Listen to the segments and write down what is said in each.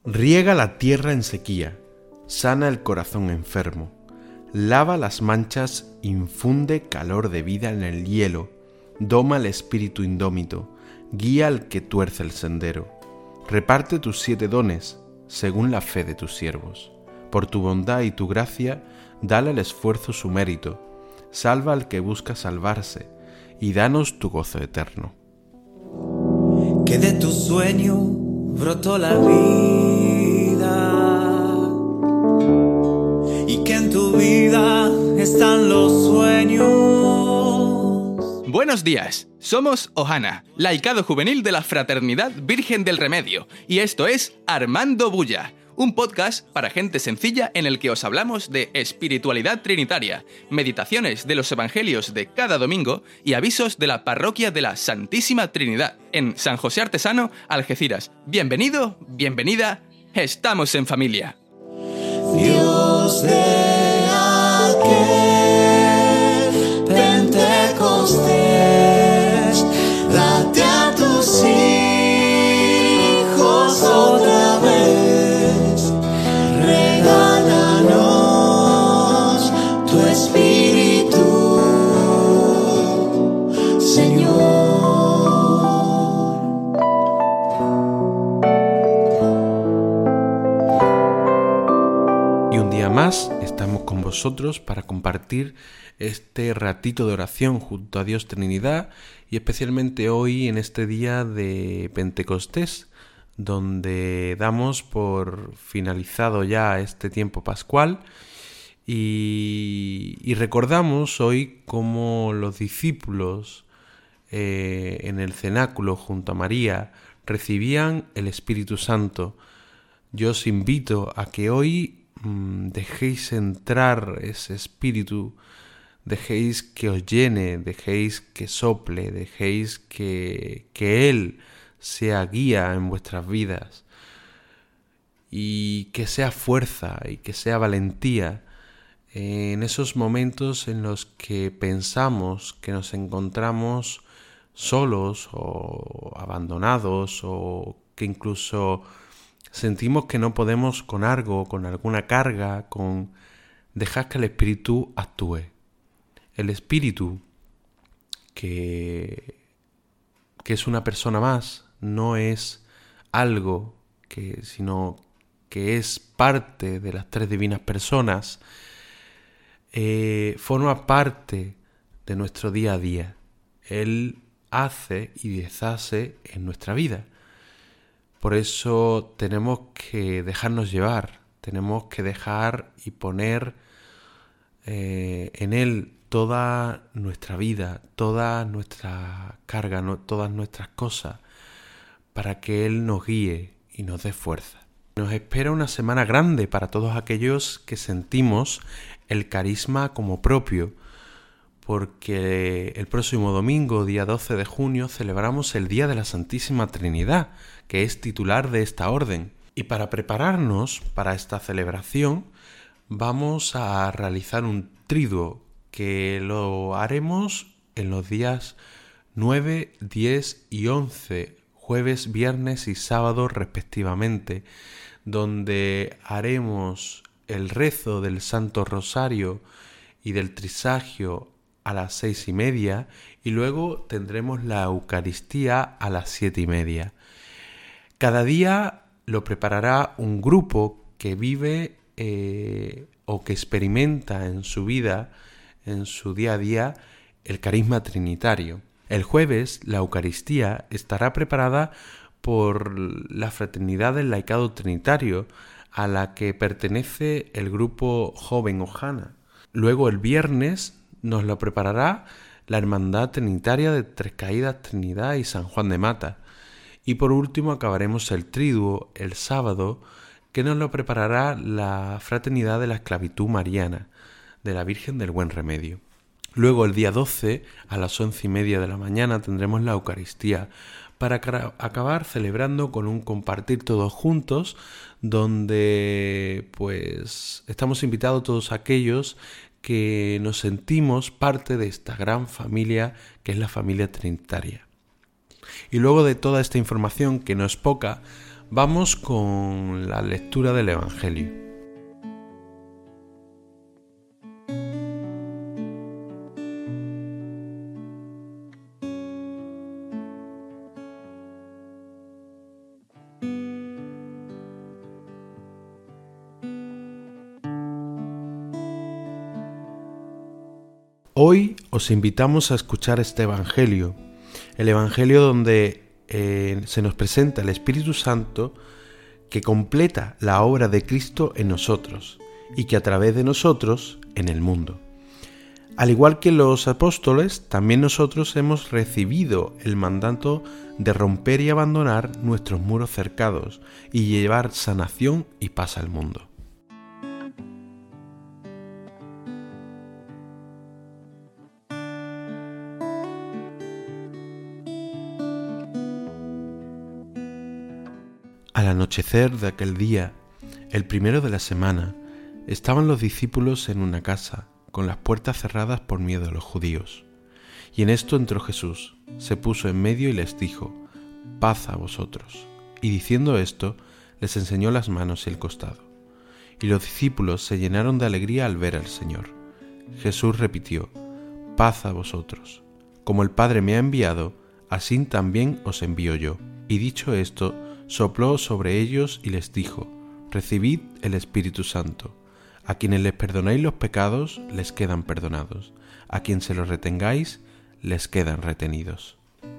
Riega la tierra en sequía, sana el corazón enfermo, lava las manchas, infunde calor de vida en el hielo, doma el espíritu indómito, guía al que tuerce el sendero. Reparte tus 7 dones, según la fe de tus siervos. Por tu bondad y tu gracia, dale al esfuerzo su mérito, salva al que busca salvarse, y danos tu gozo eterno. Que de tu sueño brotó la vida y que en tu vida están los sueños. Buenos días, somos Ohana, laicado juvenil de la Fraternidad Virgen del Remedio, y esto es Armando Bulla, un podcast para gente sencilla en el que os hablamos de espiritualidad trinitaria, meditaciones de los evangelios de cada domingo y avisos de la parroquia de la Santísima Trinidad, en San José Artesano, Algeciras. Bienvenido, bienvenida, estamos en familia. Dios de aquel Pentecostés, date a tus hijos otra vez, regálanos tu espíritu, Señor. Y un día más estamos con vosotros para compartir este ratito de oración junto a Dios Trinidad, y especialmente hoy en este día de Pentecostés, donde damos por finalizado ya este tiempo pascual y recordamos hoy cómo los discípulos en el cenáculo junto a María recibían el Espíritu Santo. Yo os invito a que hoy dejéis entrar ese Espíritu, dejéis que os llene, dejéis que sople, dejéis que Él sea guía en vuestras vidas, y que sea fuerza y que sea valentía en esos momentos en los que pensamos que nos encontramos solos o abandonados, o que incluso sentimos que no podemos con algo, con alguna carga, dejad que el Espíritu actúe. El Espíritu, que es una persona más, no es algo sino que es parte de las 3 divinas personas, forma parte de nuestro día a día. Él hace y deshace en nuestra vida. Por eso tenemos que dejarnos llevar, tenemos que dejar y poner en Él toda nuestra vida, toda nuestra carga, todas nuestras cosas, para que Él nos guíe y nos dé fuerza. Nos espera una semana grande para todos aquellos que sentimos el carisma como propio, porque el próximo domingo, día 12 de junio, celebramos el Día de la Santísima Trinidad, que es titular de esta orden. Y para prepararnos para esta celebración, vamos a realizar un triduo que lo haremos en los días 9, 10 y 11, jueves, viernes y sábado respectivamente, donde haremos el rezo del Santo Rosario y del Trisagio a las 6:30, y luego tendremos la Eucaristía a las 7:30. Cada día lo preparará un grupo que vive o que experimenta en su vida, en su día a día, el carisma trinitario. El jueves la Eucaristía estará preparada por la Fraternidad del Laicado Trinitario, a la que pertenece el grupo Joven Ohana. Luego el viernes nos lo preparará la Hermandad Trinitaria de Tres Caídas, Trinidad y San Juan de Mata. Y por último acabaremos el triduo el sábado, que nos lo preparará la Fraternidad de la Esclavitud Mariana, de la Virgen del Buen Remedio. Luego el día 12, a las 11:30 de la mañana, tendremos la Eucaristía, para acabar celebrando con un compartir todos juntos, donde pues estamos invitados todos aquellos que nos sentimos parte de esta gran familia que es la familia trinitaria. Y luego de toda esta información, que no es poca, Vamos con la lectura del Evangelio. Hoy os invitamos a escuchar este Evangelio, el Evangelio donde se nos presenta el Espíritu Santo que completa la obra de Cristo en nosotros y que a través de nosotros en el mundo. Al igual que los apóstoles, también nosotros hemos recibido el mandato de romper y abandonar nuestros muros cercados y llevar sanación y paz al mundo. Al anochecer de aquel día, el primero de la semana, estaban los discípulos en una casa, con las puertas cerradas por miedo a los judíos. Y en esto entró Jesús, se puso en medio y les dijo: «Paz a vosotros». Y diciendo esto, les enseñó las manos y el costado. Y los discípulos se llenaron de alegría al ver al Señor. Jesús repitió: «Paz a vosotros. Como el Padre me ha enviado, así también os envío yo». Y dicho esto, sopló sobre ellos y les dijo: «Recibid el Espíritu Santo. A quienes les perdonáis los pecados, les quedan perdonados. A quien se los retengáis, les quedan retenidos».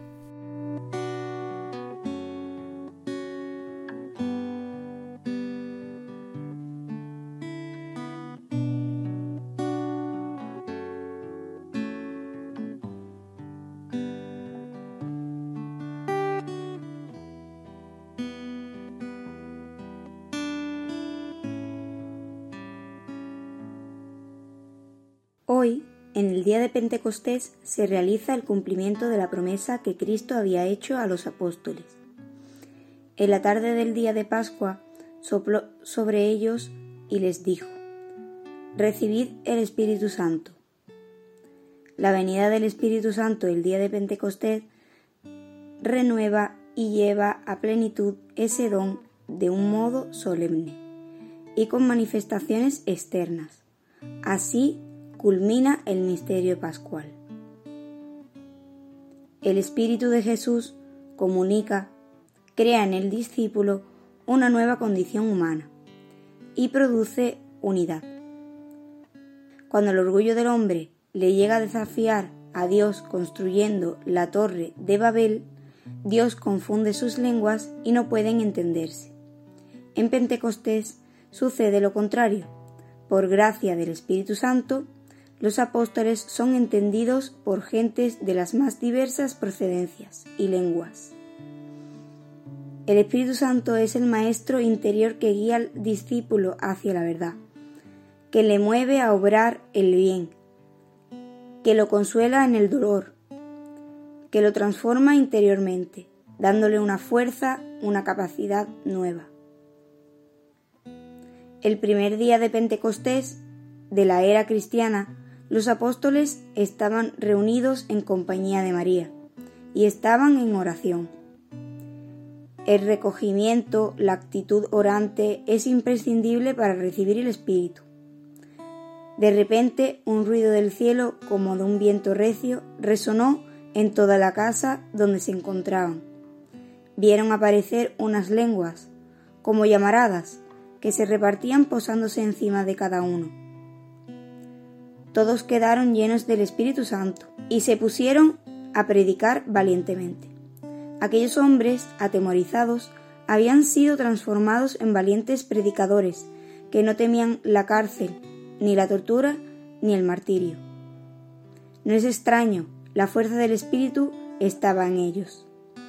Hoy, en el día de Pentecostés, se realiza el cumplimiento de la promesa que Cristo había hecho a los apóstoles. En la tarde del día de Pascua, sopló sobre ellos y les dijo: «Recibid el Espíritu Santo». La venida del Espíritu Santo el día de Pentecostés renueva y lleva a plenitud ese don de un modo solemne y con manifestaciones externas. Así culmina el misterio pascual. El Espíritu de Jesús comunica, crea en el discípulo una nueva condición humana y produce unidad. Cuando el orgullo del hombre le llega a desafiar a Dios construyendo la torre de Babel, Dios confunde sus lenguas y no pueden entenderse. En Pentecostés sucede lo contrario. Por gracia del Espíritu Santo, los apóstoles son entendidos por gentes de las más diversas procedencias y lenguas. El Espíritu Santo es el maestro interior que guía al discípulo hacia la verdad, que le mueve a obrar el bien, que lo consuela en el dolor, que lo transforma interiormente, dándole una fuerza, una capacidad nueva. El primer día de Pentecostés de la era cristiana, los apóstoles estaban reunidos en compañía de María y estaban en oración. El recogimiento, la actitud orante es imprescindible para recibir el Espíritu. De repente, un ruido del cielo, como de un viento recio, resonó en toda la casa donde se encontraban. Vieron aparecer unas lenguas, como llamaradas, que se repartían posándose encima de cada uno. Todos quedaron llenos del Espíritu Santo y se pusieron a predicar valientemente. Aquellos hombres, atemorizados, habían sido transformados en valientes predicadores que no temían la cárcel, ni la tortura, ni el martirio. No es extraño, la fuerza del Espíritu estaba en ellos.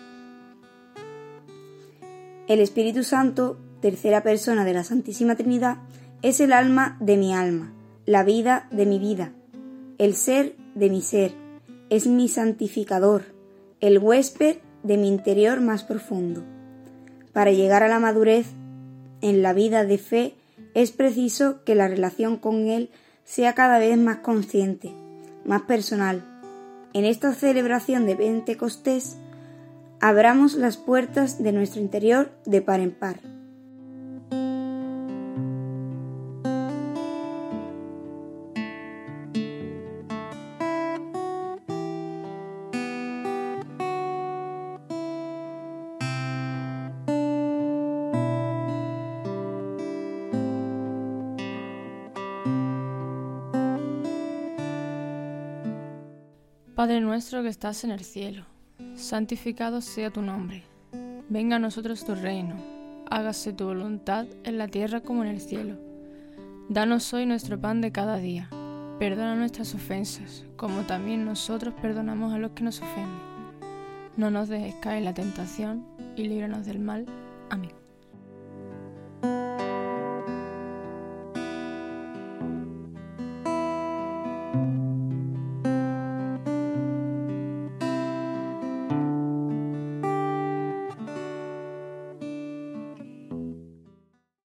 El Espíritu Santo, tercera persona de la Santísima Trinidad, es el alma de mi alma, la vida de mi vida, el ser de mi ser, es mi santificador, el huésped de mi interior más profundo. Para llegar a la madurez en la vida de fe es preciso que la relación con Él sea cada vez más consciente, más personal. En esta celebración de Pentecostés abramos las puertas de nuestro interior de par en par. Padre nuestro que estás en el cielo, santificado sea tu nombre. Venga a nosotros tu reino, hágase tu voluntad en la tierra como en el cielo. Danos hoy nuestro pan de cada día. Perdona nuestras ofensas, como también nosotros perdonamos a los que nos ofenden. No nos dejes caer en la tentación y líbranos del mal. Amén.